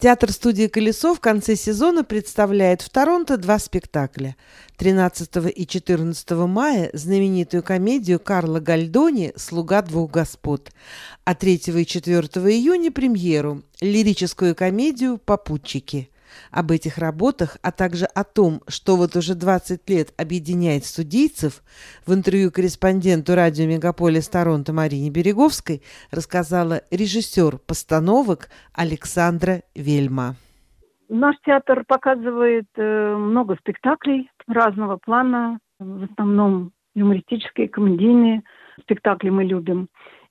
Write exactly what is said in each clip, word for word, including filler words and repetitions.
Театр-студия «Колесо» в конце сезона представляет в Торонто два спектакля. тринадцатого и четырнадцатого мая знаменитую комедию Карла Гальдони «Слуга двух господ», а третьего и четвёртого июня премьеру – лирическую комедию «Попутчики». Об этих работах, а также о том, что вот уже двадцать лет объединяет студийцев, в интервью корреспонденту радио «Мегаполис Торонто» Марине Береговской рассказала режиссер постановок Александра Вельма. Наш театр показывает э, много спектаклей разного плана, в основном юмористические, комедийные спектакли мы любим.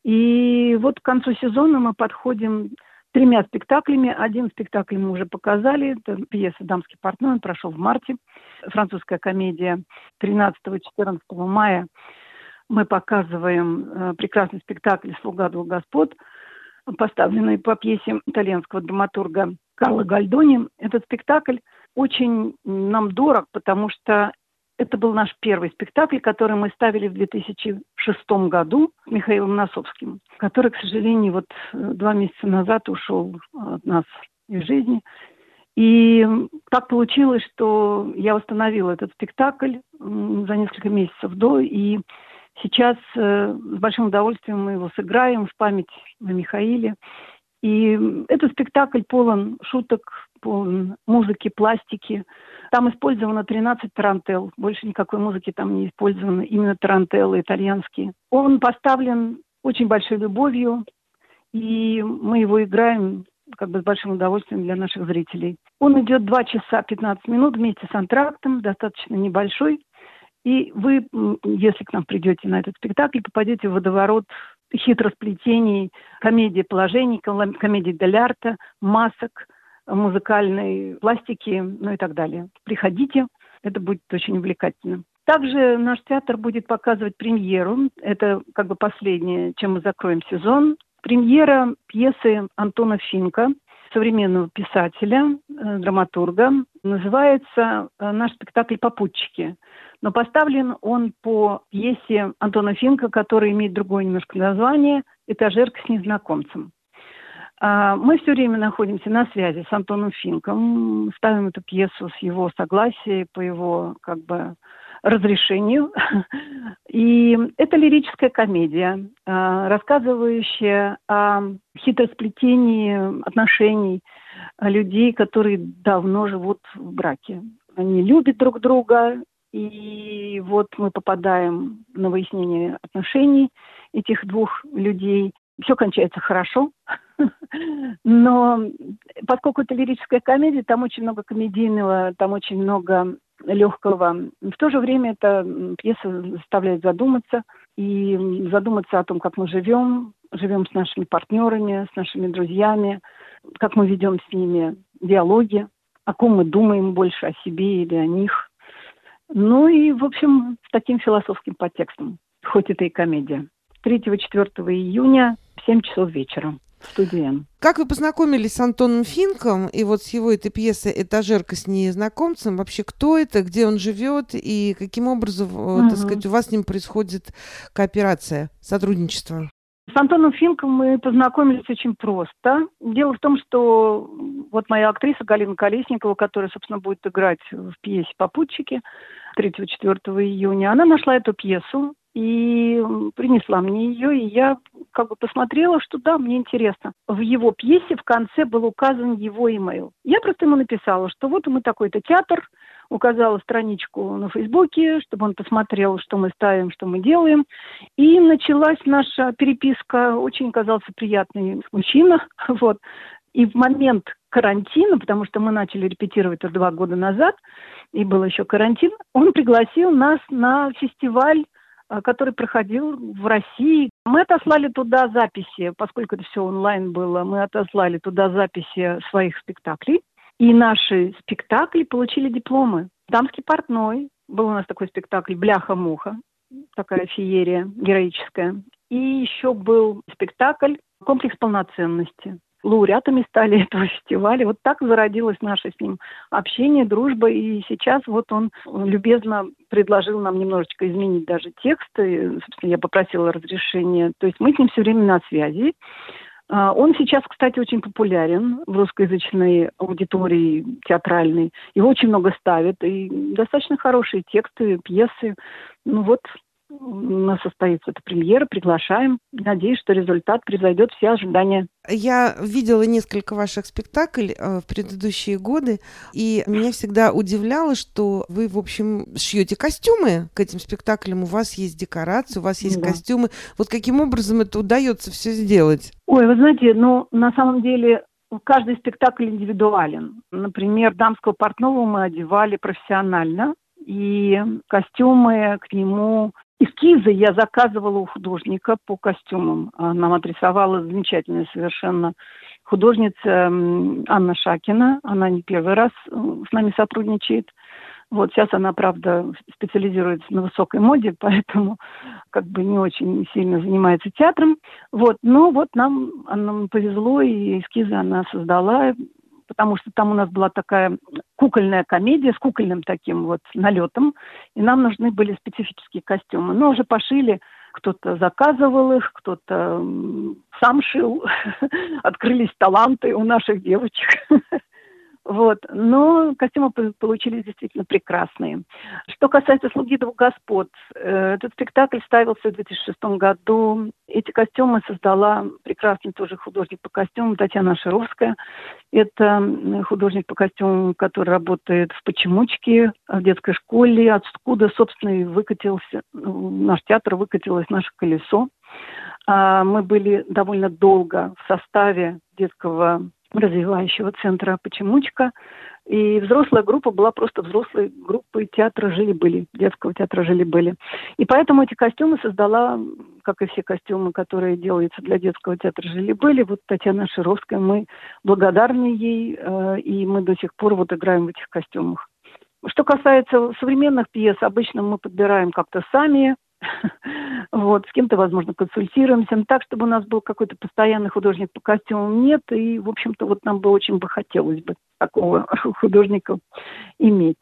И вот к концу сезона мы подходим тремя спектаклями. Один спектакль мы уже показали. Это пьеса «Дамский портной». Он прошел в марте. Французская комедия. тринадцатого-четырнадцатого мая мы показываем э, прекрасный спектакль «Слуга двух господ», поставленный по пьесе итальянского драматурга Карла Гальдони. Этот спектакль очень нам дорог, потому что это был наш первый спектакль, который мы ставили в две тысячи шестом году с Михаилом Носовским, который, к сожалению, вот два месяца назад ушел от нас из жизни. И так получилось, что я восстановила этот спектакль за несколько месяцев до, и сейчас с большим удовольствием мы его сыграем в память о Михаиле. И этот спектакль полон шуток, полон музыки, пластики. Там использовано тринадцать тарантелл. Больше никакой музыки там не использовано. Именно тарантеллы итальянские. Он поставлен очень большой любовью, и мы его играем как бы с большим удовольствием для наших зрителей. Он идет два часа пятнадцать минут вместе с антрактом, достаточно небольшой. И вы, если к нам придете на этот спектакль, попадете в водоворот хитросплетений, комедии положений, комедии дель арте, масок, музыкальной пластики, ну и так далее. Приходите, это будет очень увлекательно. Также наш театр будет показывать премьеру. Это как бы последнее, чем мы закроем сезон. Премьера пьесы Антона Финка, современного писателя, э, драматурга. Называется э, наш спектакль «Попутчики». Но поставлен он по пьесе Антона Финка, которая имеет другое немножко название «Этажерка с незнакомцем». А, мы все время находимся на связи с Антоном Финком, ставим эту пьесу с его согласия, по его как бы разрешению. И это лирическая комедия, а, рассказывающая о хитросплетении отношений людей, которые давно живут в браке. Они любят друг друга, и вот мы попадаем на выяснение отношений этих двух людей. Все кончается хорошо, но поскольку это лирическая комедия, там очень много комедийного, там очень много легкого. В то же время эта пьеса заставляет задуматься, и задуматься о том, как мы живем, живем с нашими партнерами, с нашими друзьями, как мы ведем с ними диалоги, о ком мы думаем больше, о себе или о них. Ну и, в общем, с таким философским подтекстом, хоть это и комедия. третьего-четвёртого июня в семь часов вечера в студии Н. Как вы познакомились с Антоном Финком и вот с его этой пьесой «Этажерка с незнакомцем»? Вообще, кто это, где он живет и каким образом, угу. так сказать, у вас с ним происходит кооперация, сотрудничество? С Антоном Финком мы познакомились очень просто. Дело в том, что вот моя актриса Галина Колесникова, которая, собственно, будет играть в пьесе «Попутчики» третьего-четвёртого июня, она нашла эту пьесу и принесла мне ее, и я как бы посмотрела, что да, мне интересно. В его пьесе в конце был указан его имейл. Я просто ему написала, что вот мы такой-то театр, указала страничку на Фейсбуке, чтобы он посмотрел, что мы ставим, что мы делаем. И началась наша переписка. Очень оказался приятный мужчина. Вот. И в момент карантина, потому что мы начали репетировать это два года назад, и был еще карантин, он пригласил нас на фестиваль, который проходил в России. Мы отослали туда записи, поскольку это все онлайн было, мы отослали туда записи своих спектаклей. И наши спектакли получили дипломы. «Дамский портной». Был у нас такой спектакль «Бляха-муха», такая феерия героическая. И еще был спектакль «Комплекс полноценности». Лауреатами стали этого фестиваля. Вот так зародилось наше с ним общение, дружба. И сейчас вот он любезно предложил нам немножечко изменить даже текст. И, собственно, я попросила разрешения. То есть мы с ним все время на связи. А, Он сейчас, кстати, очень популярен в русскоязычной аудитории театральной. Его очень много ставят, и достаточно хорошие тексты, пьесы. Ну вот, у нас состоится эта премьера, приглашаем. Надеюсь, что результат превзойдет все ожидания. Я видела несколько ваших спектаклей э, в предыдущие годы, и меня всегда удивляло, что вы, в общем, шьете костюмы к этим спектаклям, у вас есть декорации, у вас есть Да. костюмы. Вот каким образом это удается все сделать? Ой, вы знаете, ну, на самом деле, каждый спектакль индивидуален. Например, дамского портного мы одевали профессионально, и костюмы к нему... Эскизы я заказывала у художника по костюмам. Нам отрисовала замечательная совершенно художница м, Анна Шакина. Она не первый раз э, с нами сотрудничает. Вот сейчас она, правда, специализируется на высокой моде, поэтому как бы не очень сильно занимается театром. Вот, но вот нам, нам повезло, и эскизы она создала, потому что там у нас была такая кукольная комедия с кукольным таким вот налетом, и нам нужны были специфические костюмы. Но уже пошили, кто-то заказывал их, кто-то м, сам шил, открылись таланты у наших девочек. Вот. Но костюмы п- получились действительно прекрасные. Что касается «Слуги двух господ», э, этот спектакль ставился в две тысячи шестом году. Эти костюмы создала прекрасный тоже художник по костюмам Татьяна Шаровская. Это м, художник по костюмам, который работает в «Почемучке», в детской школе, откуда, собственно, и выкатился, ну, наш театр выкатилось наше колесо. А, Мы были довольно долго в составе детского развивающего центра «Почемучка». И взрослая группа была просто взрослой группой театра «Жили-были», детского театра «Жили-были». И поэтому эти костюмы создала, как и все костюмы, которые делаются для детского театра «Жили-были», вот Татьяна Шаровская. Мы благодарны ей, э, и мы до сих пор вот играем в этих костюмах. Что касается современных пьес, обычно мы подбираем как-то сами, вот, с кем-то, возможно, консультируемся, но так, чтобы у нас был какой-то постоянный художник по костюмам, нет, и, в общем-то, вот нам бы очень бы хотелось бы такого художника иметь.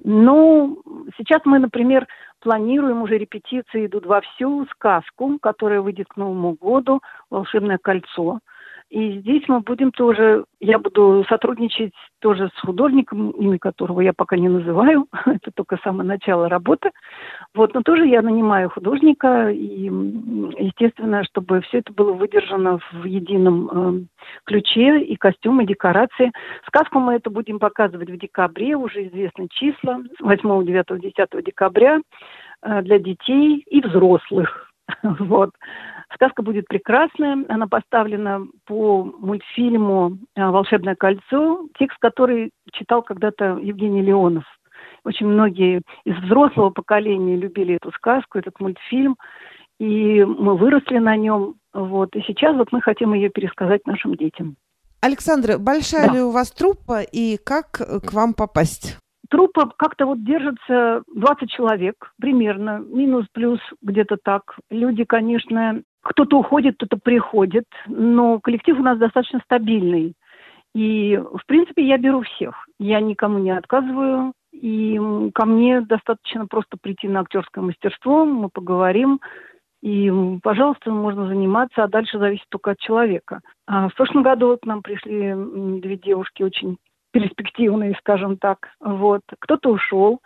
Ну, сейчас мы, например, планируем, уже репетиции идут вовсю, сказку, которая выйдет к Новому году, «Волшебное кольцо». И здесь мы будем тоже, я буду сотрудничать тоже с художником, имя которого я пока не называю, это только самое начало работы. Вот, но тоже я нанимаю художника, и, м, естественно, чтобы все это было выдержано в едином э, ключе, и костюмы, и декорации. Сказку мы это будем показывать в декабре, уже известны числа, восьмого, девятого, десятого декабря э, для детей и взрослых. Вот. Сказка будет прекрасная. Она поставлена по мультфильму э, «Волшебное кольцо», текст, который читал когда-то Евгений Леонов. Очень многие из взрослого поколения любили эту сказку, этот мультфильм, и мы выросли на нем. Вот. И сейчас вот мы хотим ее пересказать нашим детям. Александра, большая Да. ли у вас труппа и как э, к вам попасть? Труппа как-то вот держится двадцать человек примерно, минус-плюс где-то так. Люди, конечно, кто-то уходит, кто-то приходит, но коллектив у нас достаточно стабильный. И, в принципе, я беру всех. Я никому не отказываю. И м, ко мне достаточно просто прийти на актерское мастерство, мы поговорим. И, м, пожалуйста, можно заниматься, а дальше зависит только от человека. А в прошлом году вот к нам пришли м, две девушки очень перспективные, скажем так. Вот. Кто-то ушел.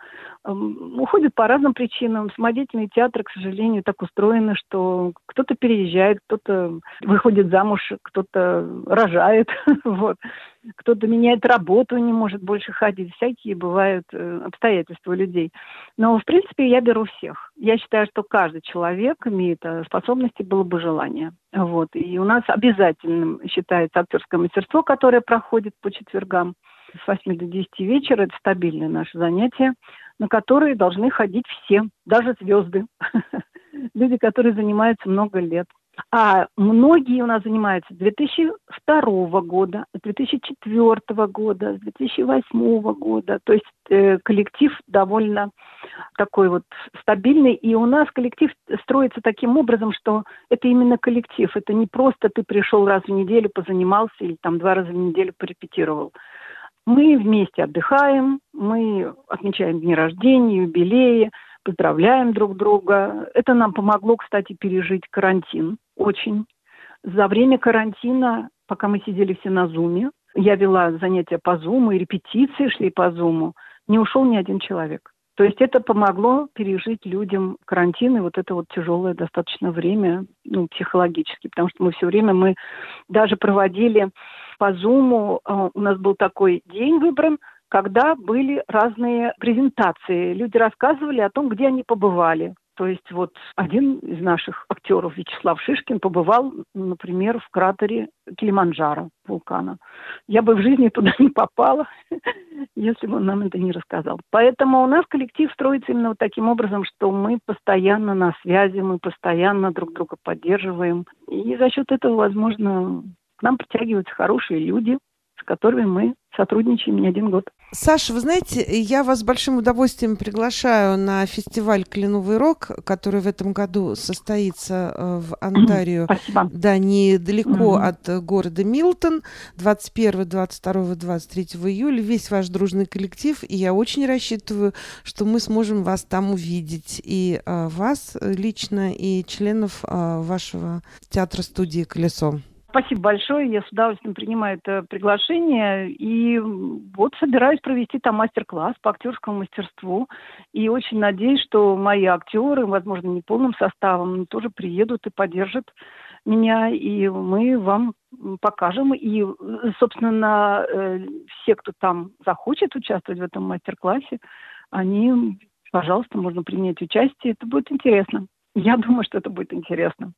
Эм, Уходит по разным причинам. Самодеятельные театры, к сожалению, так устроены, что кто-то переезжает, кто-то выходит замуж, кто-то рожает, вот. Кто-то меняет работу, не может больше ходить. Всякие бывают э, обстоятельства у людей. Но, в принципе, я беру всех. Я считаю, что каждый человек имеет э, способности, было бы желание. Вот. И у нас обязательным считается актерское мастерство, которое проходит по четвергам с восьми до десяти вечера. Это стабильное наше занятие, на которые должны ходить все, даже звезды. Люди, которые занимаются много лет. А многие у нас занимаются с две тысячи второго года, с две тысячи четвёртого года, с две тысячи восьмого года. То есть э, коллектив довольно такой вот стабильный. И у нас коллектив строится таким образом, что это именно коллектив. Это не просто ты пришел раз в неделю, позанимался или там два раза в неделю порепетировал. Мы вместе отдыхаем, мы отмечаем дни рождения, юбилеи, поздравляем друг друга. Это нам помогло, кстати, пережить карантин очень. За время карантина, пока мы сидели все на Зуме, я вела занятия по Зуму, и репетиции шли по Зуму, не ушел ни один человек. То есть это помогло пережить людям карантин и вот это вот тяжелое достаточно время, ну, психологически, потому что мы все время, мы даже проводили по Зуму, у нас был такой день выбран, когда были разные презентации. Люди рассказывали о том, где они побывали. То есть вот один из наших актеров, Вячеслав Шишкин, побывал, например, в кратере Килиманджаро, вулкана. Я бы в жизни туда не попала, если бы он нам это не рассказал. Поэтому у нас коллектив строится именно вот таким образом, что мы постоянно на связи, мы постоянно друг друга поддерживаем. И за счет этого, возможно, к нам притягиваются хорошие люди, с которыми мы сотрудничаем не один год. Саша, вы знаете, я вас с большим удовольствием приглашаю на фестиваль «Кленовый рог», который в этом году состоится в Онтарио. Спасибо. Да, недалеко Mm-hmm. от города Милтон, двадцать первого, двадцать второго, двадцать третьего июля. Весь ваш дружный коллектив, и я очень рассчитываю, что мы сможем вас там увидеть, и а, вас лично, и членов а, вашего театра-студии «Колесо». Спасибо большое, я с удовольствием принимаю это приглашение, и вот собираюсь провести там мастер-класс по актерскому мастерству, и очень надеюсь, что мои актеры, возможно, не полным составом, но тоже приедут и поддержат меня, и мы вам покажем, и, собственно, все, кто там захочет участвовать в этом мастер-классе, они, пожалуйста, можно принять участие, это будет интересно. Я думаю, что это будет интересно.